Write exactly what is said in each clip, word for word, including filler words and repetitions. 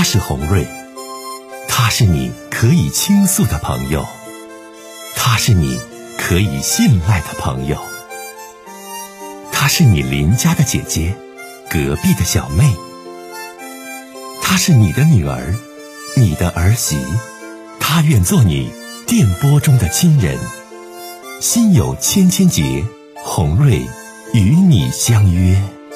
他是洪瑞，他是你可以倾诉的朋友，他是你可以信赖的朋友，她是你邻家的姐姐，隔壁的小妹，她是你的女儿，你的儿媳，她愿做你电波中的亲人。心有千千结，洪瑞与你相约。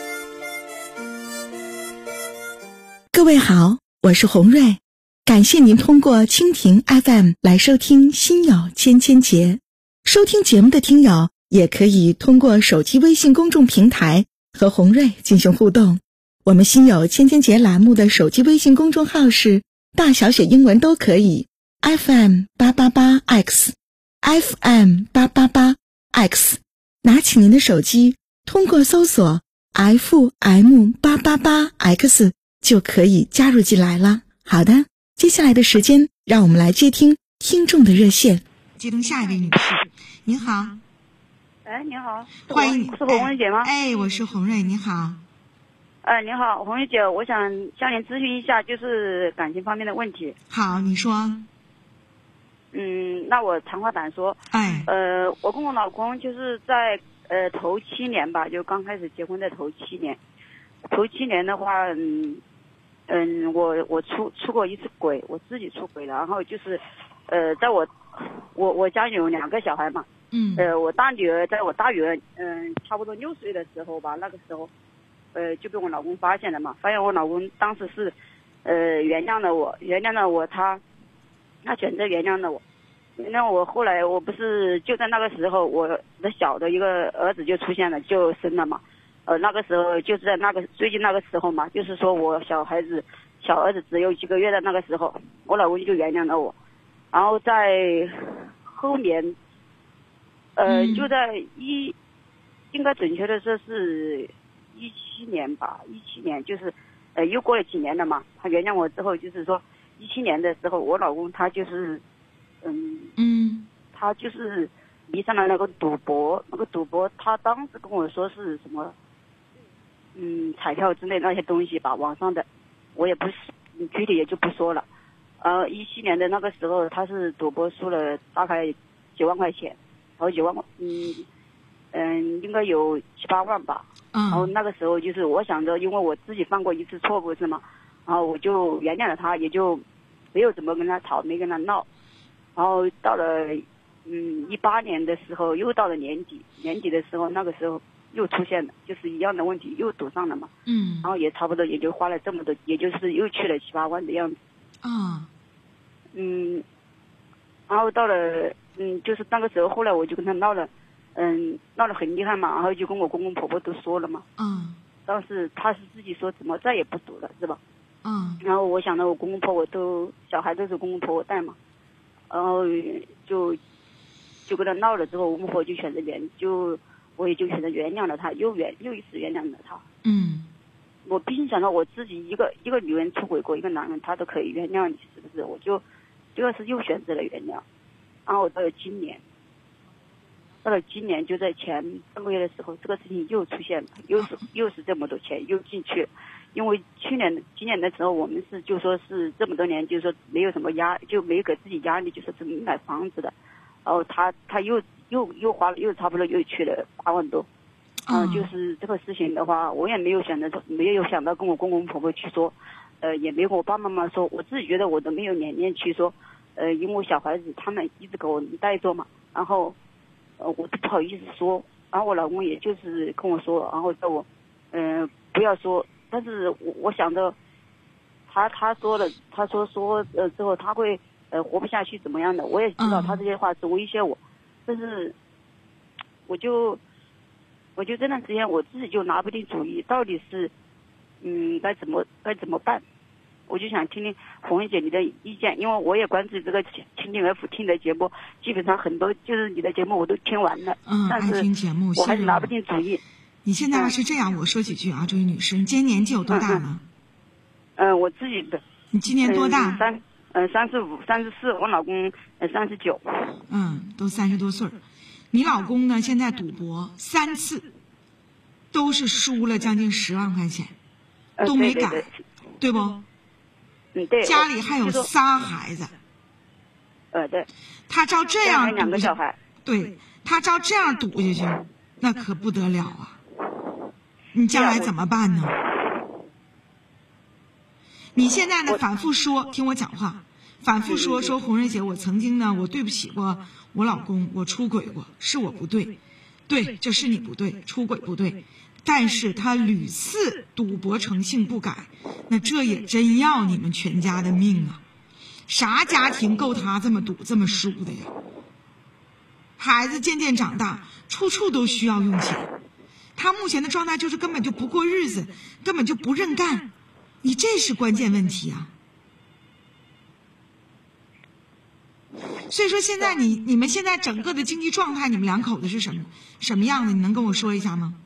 各位好，我是洪瑞，感谢您通过蜻蜓 F M 来收听心有千千结。收听节目的听友也可以通过手机微信公众平台和洪瑞进行互动。我们心有千千结栏目的手机微信公众号是大小写英文都可以 F M 八八八 X F M 八八八 X， 拿起您的手机，通过搜索 F M 八八八 X 就可以加入进来了。好的，接下来的时间让我们来接听听众的热线。接通下一位女士。您好。 哎，您好， 欢迎， 是洪瑞姐吗？ 哎，我是洪瑞，您好。 哎，您好，洪瑞姐，我想向您咨询一下，就是感情方面的问题。 好，你说。 嗯，那我长话短说。 哎。 呃，我跟我老公就是在呃头七年吧，就刚开始结婚的头七年。头七年的话，嗯嗯，我我出出过一次轨，我自己出轨了，然后就是呃，在我我我家有两个小孩嘛。 嗯， 呃，我大女儿在我大女儿嗯、呃、差不多六岁的时候吧，那个时候，呃就被我老公发现了嘛，发现我老公当时是，呃原谅了我，原谅了我，他，他选择原谅了我，原谅我。后来我不是就在那个时候，我的小的一个儿子就出现了，就生了嘛，呃那个时候就是在那个最近那个时候嘛，就是说我小孩子小儿子只有几个月的那个时候，我老公就原谅了我，然后在后面。呃， 嗯、 就在一，应该准确的说是一七年吧，一七年就是，呃，又过了几年了嘛。他原谅我之后，就是说一七年的时候，我老公他就是，嗯嗯， 他就是迷上了那个赌博，那个赌博，他当时跟我说是什么，嗯，彩票之类那些东西吧，网上的，我也不是具体也就不说了。呃，一七年的那个时候，他是赌博输了大概几万块钱。好几万，嗯嗯，应该有七八万吧。 嗯。 然后那个时候就是我想着，因为我自己犯过一次错误是吗？然后我就原谅了他，也就没有怎么跟他吵，没跟他闹。然后到了嗯一八年的时候，又到了年底，年底的时候那个时候又出现了，就是一样的问题又赌上了嘛。 嗯。 然后也差不多也就花了这么多，也就是又去了七八万的样子。 啊。 嗯，然后到了。嗯，就是那个时候，后来我就跟他闹了，嗯，闹得很厉害嘛，然后就跟我公公婆婆都说了嘛。 嗯。 但是他是自己说怎么再也不赌了，是吧？ 嗯。 然后我想着我公公婆婆都小孩都是公公婆婆带嘛，然后就就跟他闹了之后，我公婆就选择原就我也就选择原谅了他，又原又一次原谅了他。 嗯。 我毕竟想到我自己一个一个女人出轨过一个男人，他都可以原谅你，是不是？我就这个是又选择了原谅。然后到了今年，到了今年就在前半个月的时候，这个事情又出现了，又是又是这么多钱又进去了。因为去年、今年的时候，我们是就说是这么多年，就是说没有什么压，就没给自己压力，就说是买房子的。然后他他又又又花了，又差不多又去了八万多。嗯、呃，就是这个事情的话，我也没有想着，没有想到跟我公公婆婆去说，呃，也没有跟我爸爸妈妈说，我自己觉得我都没有脸面去说。呃，因为小孩子他们一直给我带着嘛，然后，呃，我都不好意思说，然后我老公也就是跟我说，然后叫我，嗯、呃，不要说，但是我我想着，他他说了，他说说呃之后他会呃活不下去怎么样的，我也知道他这些话是威胁我，但是，我就，我就这段时间我自己就拿不定主意，到底是，嗯，该怎么该怎么办。我就想听听红玉姐你的意见，因为我也关注这个蜻蜓 F 听的节目，基本上很多就是你的节目我都听完了， 嗯， 但是爱听节目， 我还是拿不定主意。 你现在是这样，我说几句啊，这位女士，你今年年纪有多大了？ 嗯，呃、我自己的。 你今年多大？ 嗯、三，呃，三十五、三十四，我老公呃三十九。 嗯，都三十多岁。你老公呢？现在赌博三次，都是输了将近十万块钱，都没改， 呃、对, 对, 对, 对不？ 嗯，对， 家里还有仨孩子。 呃，对。 他照这样两个小孩。 对，他照这样赌下去，那可不得了啊！你将来怎么办呢？你现在呢，反复说，听我讲话，反复说说红瑞姐，我曾经呢，我对不起过我老公，我出轨过，是我不对，对，这是你不对，出轨不对。但是他屡次赌博成性不改，那这也真要你们全家的命啊！啥家庭够他这么赌这么输的呀？孩子渐渐长大，处处都需要用钱，他目前的状态就是根本就不过日子，根本就不认干，你这是关键问题啊！所以说现在你你们现在整个的经济状态，你们两口子是什么什么样的？你能跟我说一下吗？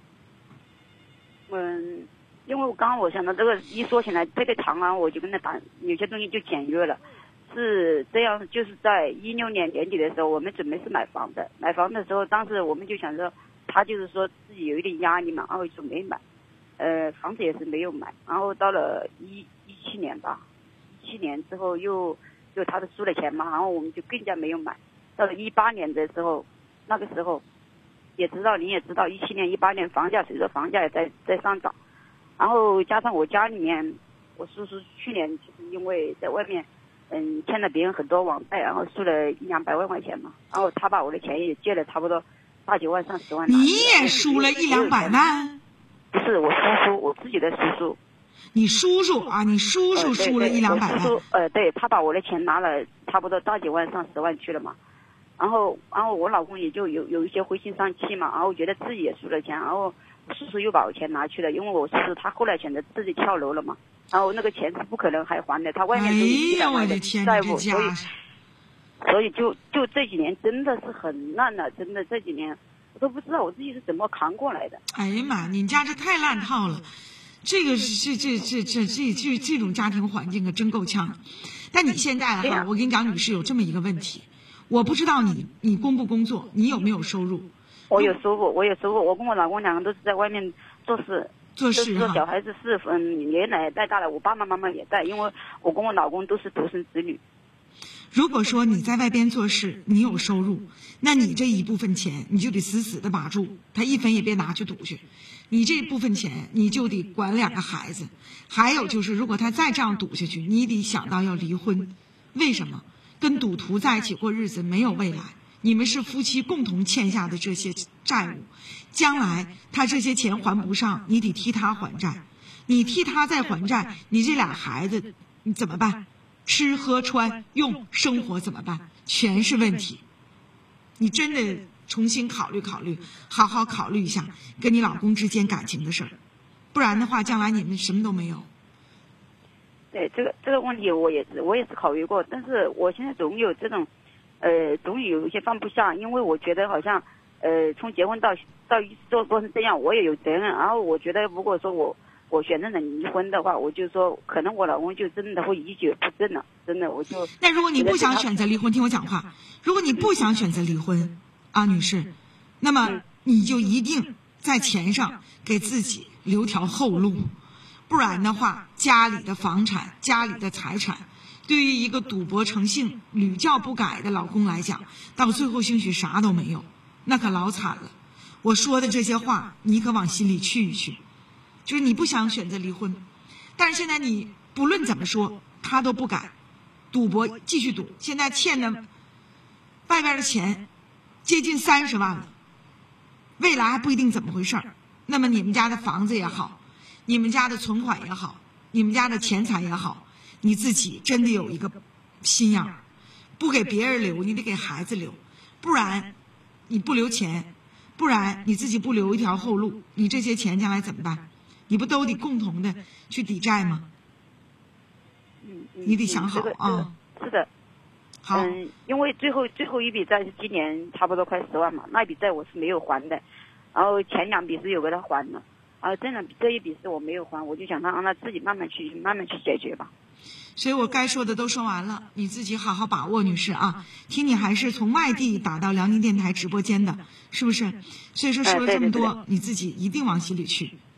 嗯，因为我刚刚我想到这个一说起来，这个长安我就跟他谈，有些东西就简约了。是这样，就是在一六年年底的时候，我们准备是买房的。买房的时候，当时我们就想说，他就是说自己有一点压力嘛，然后就没买。呃，房子也是没有买。然后到了一一七年吧，一七年之后又就他的输了钱嘛，然后我们就更加没有买。到了一八年的时候，那个时候也知道，你也知道，一七年、一八年房价随着房价也在在上涨，然后加上我家里面，我叔叔去年就是因为在外面。嗯，欠了别人很多网贷，然后输了一两百万块钱嘛，然后他把我的钱也借了差不多大几万上十万。 你也输了一两百万？ 不是我叔叔，我自己的叔叔。 你叔叔啊，你叔叔输了一两百万。 呃、叔叔呃，对，他把我的钱拿了差不多大几万上十万去了嘛，然后然后我老公也就有有一些灰心丧气嘛，然后觉得自己也输了钱，然后叔叔又把我钱拿去了，因为我叔叔他后来选择自己跳楼了嘛。然后那个钱是不可能还还的，他外面都有几百万的债务，所以所以就就这几年真的是很烂了，真的这几年我都不知道我自己是怎么扛过来的。 哎呀妈，你家这太烂套了，这个是这这这这这这种家庭环境可真够呛。但你现在哈，我跟你讲，女士有这么一个问题，我不知道你你工不工作，你有没有收入？ 我有收入，我有收入，我跟我老公两个都是在外面做事。 做事哈，小孩子是嗯爷爷奶奶带大了，我爸爸妈妈也带，因为我跟我老公都是独生子女。 如果说你在外边做事，你有收入，那你这一部分钱你就得死死的把住，他一分也别拿去赌去。你这部分钱你就得管两个孩子，还有就是如果他再这样赌下去，你得想到要离婚。为什么？跟赌徒在一起过日子没有未来。你们是夫妻共同欠下的这些债务，将来他这些钱还不上，你得替他还债，你替他再还债，你这俩孩子你怎么办？吃喝穿用生活怎么办？全是问题。你真的重新考虑考虑，好好考虑一下跟你老公之间感情的事儿，不然的话将来你们什么都没有。 对，这个这个问题我也是我也是考虑过，但是我现在总有这种呃，总有一些放不下，因为我觉得好像，呃，从结婚到到做做成这样，我也有责任。然后我觉得，如果说我我选择了离婚的话，我就说，可能我老公就真的会一蹶不振了，真的，我就。 那如果你不想选择离婚，听我讲话。如果你不想选择离婚，啊，女士，那么你就一定在钱上给自己留条后路，不然的话，家里的房产、家里的财产。对于一个赌博成性、屡教不改的老公来讲，到最后兴许啥都没有，那可老惨了。我说的这些话，你可往心里去一去。就是你不想选择离婚，但是现在你不论怎么说，他都不改，赌博继续赌，现在欠的外边的钱接近三十万了，未来还不一定怎么回事儿。那么你们家的房子也好，你们家的存款也好，你们家的钱财也好。你自己真得有一个心眼儿，不给别人留，你得给孩子留，不然你不留钱，不然你自己不留一条后路，你这些钱将来怎么办？你不都得共同的去抵债吗？ 嗯，嗯你得想好啊。 是的。 好。 嗯，因为最后最后一笔债是今年差不多快十万嘛，那笔债我是没有还的，然后前两笔是有给他还了，然后这两这一笔是我没有还，我就想他让他自己慢慢去慢慢去解决吧。 所以我该说的都说完了，你自己好好把握，女士啊。听你还是从外地打到辽宁电台直播间的，是不是？所以说说了这么多，你自己一定往心里去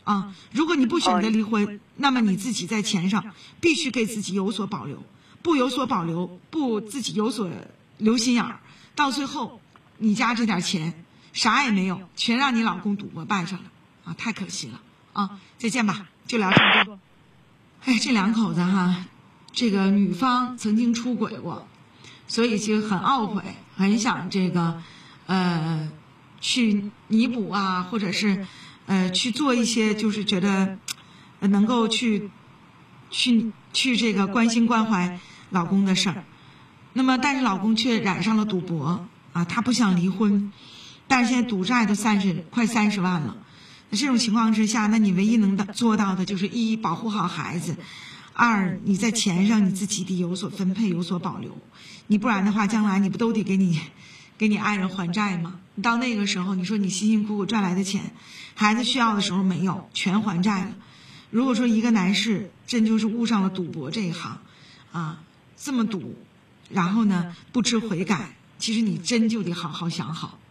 啊。如果你不选择离婚，那么你自己在钱上必须给自己有所保留，不有所保留，不自己有所留心眼儿，到最后你家这点钱啥也没有，全让你老公赌博败上了啊，太可惜了啊！再见吧，就聊这么多。哎，这两口子哈，这个女方曾经出轨过，所以就很懊悔，很想这个呃去弥补啊，或者是呃去做一些就是觉得能够去去去这个关心关怀老公的事儿。那么但是老公却染上了赌博啊，他不想离婚，但是现在赌债都三十快三十万了。那这种情况之下，那你唯一能做到的就是一保护好孩子，二你在钱上你自己得有所分配，有所保留。你不然的话，将来你不都得给你给你爱人还债吗？你到那个时候，你说你辛辛苦苦赚来的钱，孩子需要的时候没有，全还债了。如果说一个男士真就是误上了赌博这一行啊，这么赌，然后呢不知悔改，其实你真就得好好想好。